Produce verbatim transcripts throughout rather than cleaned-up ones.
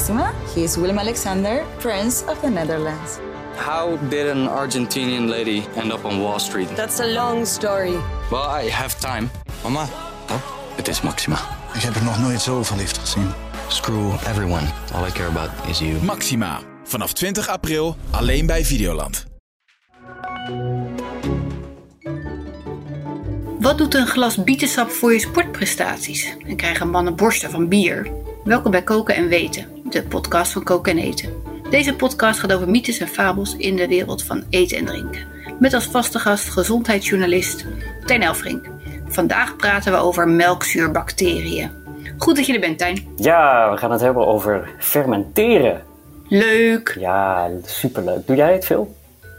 Maxima. He is Willem-Alexander, Prince of the Netherlands. How did an Argentinian lady end up on Wall Street? That's a long story. Well, I have time. Mama, Oh, het is Maxima. ik heb er nog nooit zo verliefd gezien. Screw everyone. All I care about is you. Maxima. Vanaf twintig april alleen bij Videoland. Wat doet een glas bietensap voor je sportprestaties? En krijgen mannen borsten van bier? Welkom bij Koken en Weten, de podcast van Koken en Eten. Deze podcast gaat over mythes en fabels in de wereld van eten en drinken. Met als vaste gast gezondheidsjournalist Tijn Elfrink. Vandaag praten we over melkzuurbacteriën. Goed dat je er bent, Tijn. Ja, we gaan het hebben over fermenteren. Leuk. Ja, superleuk. Doe jij het veel?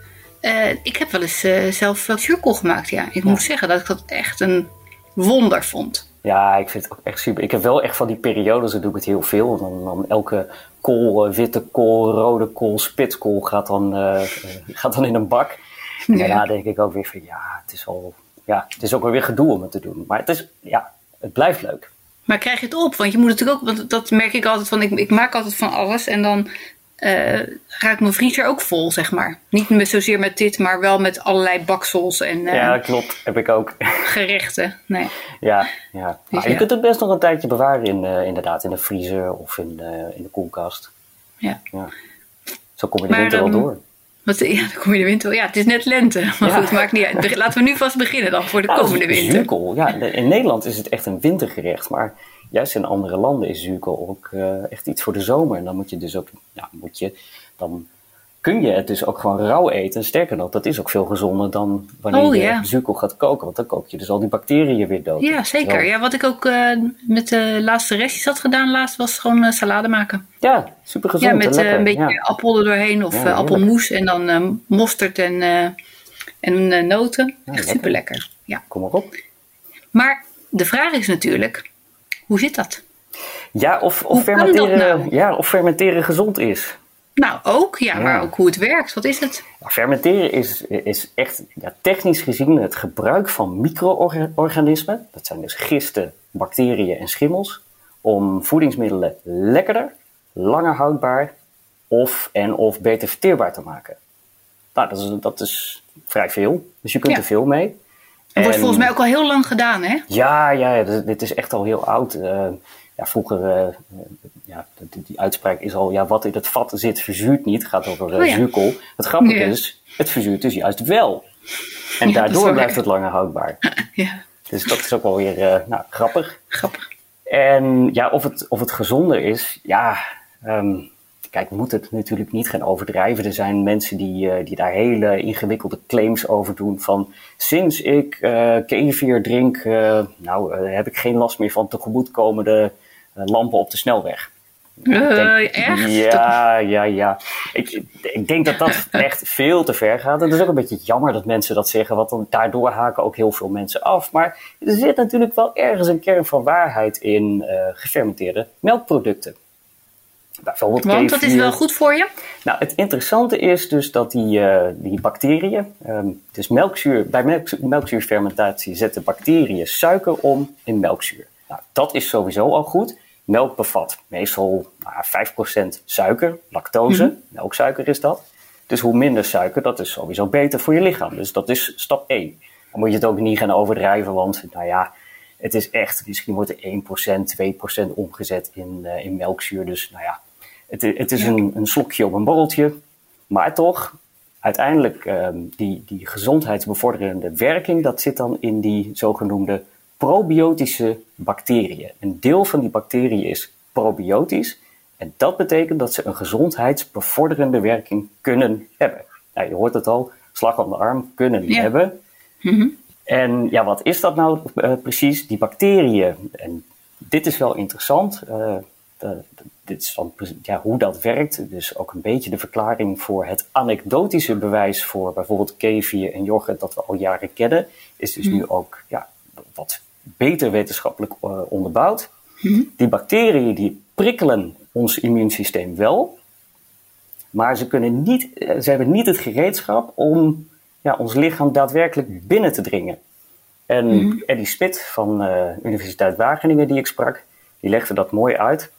Uh, ik heb wel eens uh, zelf uh, zuurkool gemaakt, ja. Ik ja. moet zeggen dat ik dat echt een wonder vond. Ja, ik vind het ook echt super. Ik heb wel echt van die periodes, dan doe ik het heel veel. Dan, dan elke kool, uh, witte kool, rode kool, spitskool gaat dan, uh, gaat dan in een bak. En daarna ja. denk ik ook weer van, ja, het is al, ja, het is ook wel weer gedoe om het te doen. Maar het is, ja, het blijft leuk. Maar krijg je het op? Want je moet natuurlijk ook, want dat merk ik altijd van, ik, ik maak altijd van alles en dan uh, raakt mijn vriezer ook vol, zeg maar. Niet met, zozeer met dit, maar wel met allerlei baksels en uh, ja, klopt. Heb ik ook. Gerechten. Nee. Ja, ja. Dus je ja. kunt het best nog een tijdje bewaren in, uh, inderdaad, in de vriezer of in, uh, in de koelkast. Ja. ja. Zo kom je de maar, winter wel um, door. Wat, ja, dan kom je de winter. Ja, het is net lente. Maar ja. goed, maakt niet uit. Laten we nu vast beginnen dan voor de nou, komende winter. Zuurkool, ja. In Nederland is het echt een wintergerecht. Maar juist in andere landen is zuurkool ook uh, echt iets voor de zomer. En dan moet je dus ook, ja, moet je, dan kun je het dus ook gewoon rauw eten. Sterker nog, dat is ook veel gezonder dan wanneer oh, je ja. zuurkool gaat koken. Want dan kook je dus al die bacteriën weer dood. Ja, zeker. Ja, wat ik ook uh, met de laatste restjes had gedaan laatst, was gewoon uh, salade maken. Ja, super gezond. Ja, met uh, een beetje ja. appel er doorheen of ja, uh, appelmoes en dan uh, mosterd en, uh, en uh, noten. Ja, echt super lekker. Ja. Kom maar op. Maar de vraag is natuurlijk, hoe zit dat? Ja, of, of, fermenteren, nou? ja, of fermenteren gezond is. Nou, ook. Ja, ja, maar ook hoe het werkt. Wat is het? Nou, fermenteren is, is echt ja, technisch gezien het gebruik van micro-organismen. Dat zijn dus gisten, bacteriën en schimmels. Om voedingsmiddelen lekkerder, langer houdbaar of en of beter verteerbaar te maken. Nou, dat is, dat is vrij veel. Dus je kunt ja. er veel mee. Dat wordt volgens mij ook al heel lang gedaan, hè? Ja, ja, dit is echt al heel oud. Uh, ja, vroeger, uh, ja, die, die uitspraak is al, ja, wat in het vat zit verzuurt niet. Het gaat over uh, oh, ja. zuurkool. Het grappige ja. is, het verzuurt dus juist wel. En ja, daardoor blijft het langer houdbaar. Ja. Dus dat is ook wel weer, uh, nou, grappig. Grappig. En ja, of het, of het gezonder is, ja, um, kijk, we moeten het natuurlijk niet gaan overdrijven. Er zijn mensen die, uh, die daar hele ingewikkelde claims over doen. Van sinds ik uh, kefir drink, uh, nou uh, heb ik geen last meer van tegemoetkomende uh, lampen op de snelweg. Uh, denk, echt? Ja, ja, ja. Ik, ik denk dat dat echt veel te ver gaat. Het is ook een beetje jammer dat mensen dat zeggen, want dan, daardoor haken ook heel veel mensen af. Maar er zit natuurlijk wel ergens een kern van waarheid in uh, gefermenteerde melkproducten. Want kefir. Dat is wel goed voor je? Nou, het interessante is dus dat die, uh, die bacteriën, um, dus melkzuur, bij melk, melkzuurfermentatie zetten bacteriën suiker om in melkzuur. Nou, dat is sowieso al goed. Melk bevat meestal nou, vijf procent suiker, lactose, mm-hmm. melksuiker is dat. Dus hoe minder suiker, dat is sowieso beter voor je lichaam. Dus dat is stap één. Dan moet je het ook niet gaan overdrijven, want nou ja, het is echt, misschien wordt er één procent, twee procent omgezet in, uh, in melkzuur. Dus nou ja, het, het is ja. een, een slokje op een borreltje. Maar toch, uiteindelijk, um, die, die gezondheidsbevorderende werking, dat zit dan in die zogenoemde probiotische bacteriën. Een deel van die bacteriën is probiotisch. En dat betekent dat ze een gezondheidsbevorderende werking kunnen hebben. Nou, je hoort het al, slag om de arm kunnen ja. hebben. Mm-hmm. En ja, wat is dat nou uh, precies? Die bacteriën, en dit is wel interessant, uh, de, de, dit is van, ja, hoe dat werkt. Dus ook een beetje de verklaring voor het anekdotische bewijs voor bijvoorbeeld kefir en yoghurt dat we al jaren kennen, is dus mm-hmm. nu ook ja, wat beter wetenschappelijk uh, onderbouwd. Mm-hmm. Die bacteriën die prikkelen ons immuunsysteem wel, maar ze, kunnen niet, ze hebben niet het gereedschap om ja, ons lichaam daadwerkelijk binnen te dringen. En mm-hmm. Eddie Spit van uh, Universiteit Wageningen, die ik sprak, die legde dat mooi uit.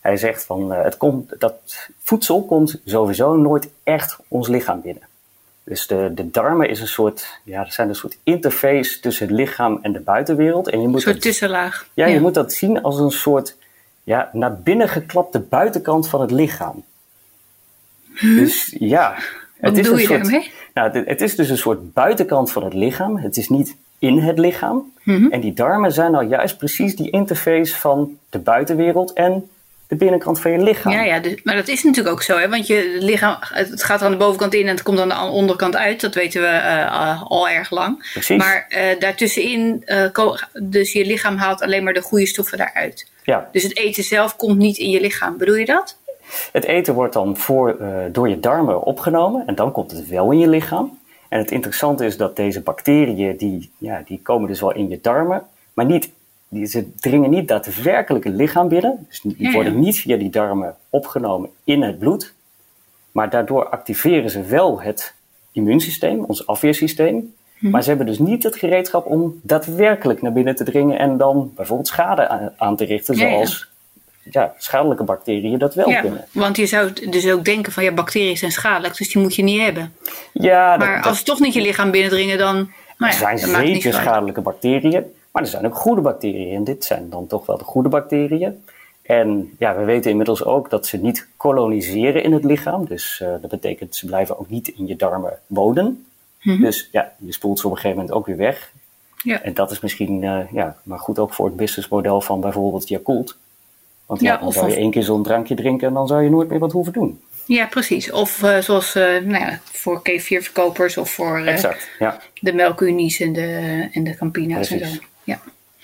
Hij zegt van uh, het komt, dat voedsel komt sowieso nooit echt ons lichaam binnen. Dus de, de darmen is een soort, ja, er zijn een soort interface tussen het lichaam en de buitenwereld. En je moet een soort dat, tussenlaag. Ja, je ja. moet dat zien als een soort ja, naar binnen geklapte buitenkant van het lichaam. Hm? Dus ja. Wat het is doe een je soort, daarmee? Nou, het, het is dus een soort buitenkant van het lichaam. Het is niet in het lichaam. Mm-hmm. En die darmen zijn nou juist precies die interface van de buitenwereld en de binnenkant van je lichaam. Ja, ja dus, maar dat is natuurlijk ook zo, hè? Want je lichaam, het gaat aan de bovenkant in en het komt aan de onderkant uit. Dat weten we uh, al erg lang. Precies. Maar uh, daartussenin, uh, dus je lichaam haalt alleen maar de goede stoffen daaruit. Ja. Dus het eten zelf komt niet in je lichaam. Bedoel je dat? Het eten wordt dan voor, uh, door je darmen opgenomen en dan komt het wel in je lichaam. En het interessante is dat deze bacteriën, die, ja, die komen dus wel in je darmen, maar niet, die, ze dringen niet daadwerkelijk het lichaam binnen. Dus die ja, worden ja. niet via die darmen opgenomen in het bloed. Maar daardoor activeren ze wel het immuunsysteem, ons afweersysteem. Hm. Maar ze hebben dus niet het gereedschap om daadwerkelijk naar binnen te dringen en dan bijvoorbeeld schade aan, aan te richten, ja, zoals... Ja. Ja, schadelijke bacteriën dat wel ja, kunnen. Want je zou dus ook denken van ja, bacteriën zijn schadelijk, dus die moet je niet hebben. Ja, maar dat, als ze toch niet je lichaam binnendringen, dan... Nou ja, er zijn dat zeker schadelijke bacteriën, maar er zijn ook goede bacteriën. En dit zijn dan toch wel de goede bacteriën. En ja, we weten inmiddels ook dat ze niet koloniseren in het lichaam. Dus uh, dat betekent ze blijven ook niet in je darmen wonen. Mm-hmm. Dus ja, je spoelt ze op een gegeven moment ook weer weg. Ja. En dat is misschien uh, ja, maar goed ook voor het businessmodel van bijvoorbeeld Yakult. Want ja, ja dan zou je één keer zo'n drankje drinken en dan zou je nooit meer wat hoeven doen. Ja, precies. Of uh, zoals uh, nou ja, voor kefirverkopers of voor uh, exact, ja. de melkunies en de, en de Campina's en zo. Ja.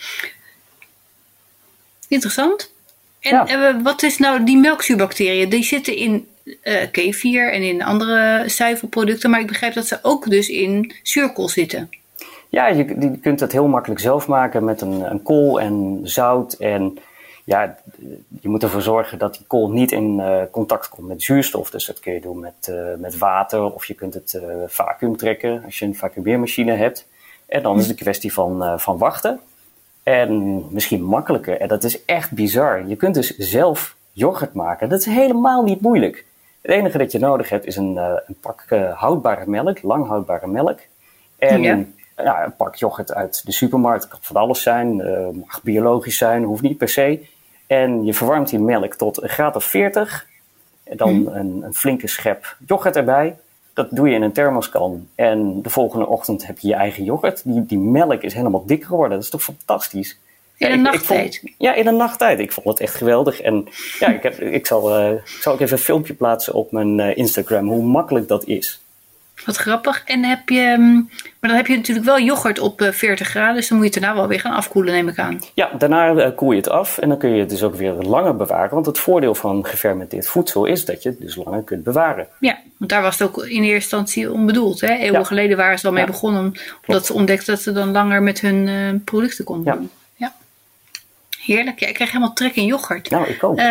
Interessant. En ja. uh, wat is nou die melkzuurbacteriën? Die zitten in uh, kefir en in andere zuivelproducten, maar ik begrijp dat ze ook dus in zuurkool zitten. Ja, je, je kunt het heel makkelijk zelf maken met een, een kool en zout en... Ja, je moet ervoor zorgen dat die kool niet in uh, contact komt met zuurstof. Dus dat kun je doen met, uh, met water of je kunt het uh, vacuüm trekken als je een vacuümeermachine hebt. En dan is het een kwestie van, uh, van wachten. En misschien makkelijker, en dat is echt bizar. Je kunt dus zelf yoghurt maken. Dat is helemaal niet moeilijk. Het enige dat je nodig hebt is een, uh, een pak uh, houdbare melk, lang houdbare melk. En ja. Ja, een pak yoghurt uit de supermarkt. Het kan van alles zijn, uh, mag biologisch zijn, hoeft niet per se. En je verwarmt die melk tot een graad of veertig. En dan hmm. een, een flinke schep yoghurt erbij. Dat doe je in een thermoskan. En de volgende ochtend heb je je eigen yoghurt. Die, die melk is helemaal dik geworden. Dat is toch fantastisch? In ja, een ik, nachttijd? Ik vond, ja, in een nachttijd. Ik vond het echt geweldig. En ja, ik, heb, ik, zal, uh, ik zal ook even een filmpje plaatsen op mijn uh, Instagram. Hoe makkelijk dat is. Wat grappig. En heb je, maar dan heb je natuurlijk wel yoghurt op veertig graden, dus dan moet je het daarna wel weer gaan afkoelen, neem ik aan. Ja, daarna uh, koel je het af en dan kun je het dus ook weer langer bewaren. Want het voordeel van gefermenteerd voedsel is dat je het dus langer kunt bewaren. Ja, want daar was het ook in eerste instantie onbedoeld. Hè? Eeuwen ja. geleden waren ze al mee ja. begonnen, omdat Klopt. ze ontdekten dat ze dan langer met hun uh, producten konden ja. doen. Ja. Heerlijk. Ja, ik krijg helemaal trek in yoghurt. Nou, ik ook. Uh,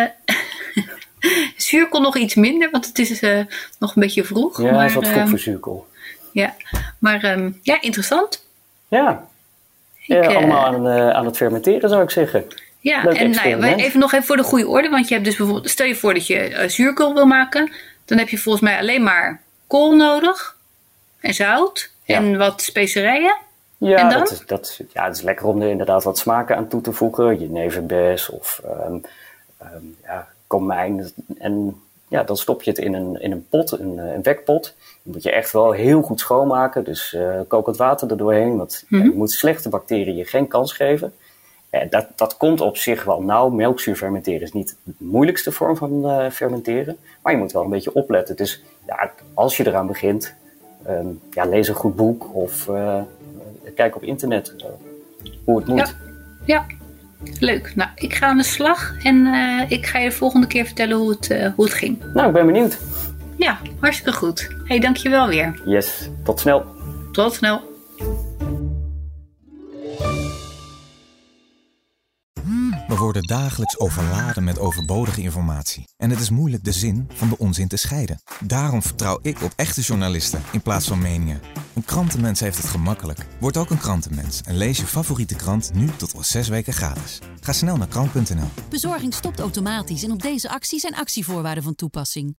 zuurkool nog iets minder, want het is uh, nog een beetje vroeg. Ja, maar, dat is wat vroeg uh, voor zuurkool. Ja, maar um, ja, interessant. Ja, ik, uh, uh, allemaal aan, uh, aan het fermenteren zou ik zeggen. Ja, Leuk en nou ja, even nog even voor de goede orde, want je hebt dus bijvoorbeeld, stel je voor dat je uh, zuurkool wil maken, dan heb je volgens mij alleen maar kool nodig en zout ja. en wat specerijen. Ja, en dan? Dat is, dat is, ja, het is lekker om er inderdaad wat smaken aan toe te voegen. Jeneverbes of um, um, ja, komijn. En ja, dan stop je het in een, in een pot, een, een wekpot. Die moet je echt wel heel goed schoonmaken. Dus uh, kokend water er doorheen. Want mm-hmm. ja, je moet slechte bacteriën geen kans geven. En dat, dat komt op zich wel nauw. Melkzuur fermenteren is niet de moeilijkste vorm van uh, fermenteren. Maar je moet wel een beetje opletten. Dus ja, als je eraan begint, um, ja, lees een goed boek of uh, kijk op internet uh, hoe het moet. Ja. ja. Leuk. Nou, ik ga aan de slag en uh, ik ga je de volgende keer vertellen hoe het, uh, hoe het ging. Nou, ik ben benieuwd. Ja, hartstikke goed. Hey, dankjewel weer. Yes, tot snel. Tot snel. We worden worden dagelijks overladen met overbodige informatie. En het is moeilijk de zin van de onzin te scheiden. Daarom vertrouw ik op echte journalisten in plaats van meningen. Een krantenmens heeft het gemakkelijk. Word ook een krantenmens en lees je favoriete krant nu tot al zes weken gratis. Ga snel naar krant punt n l. Bezorging stopt automatisch en op deze actie zijn actievoorwaarden van toepassing.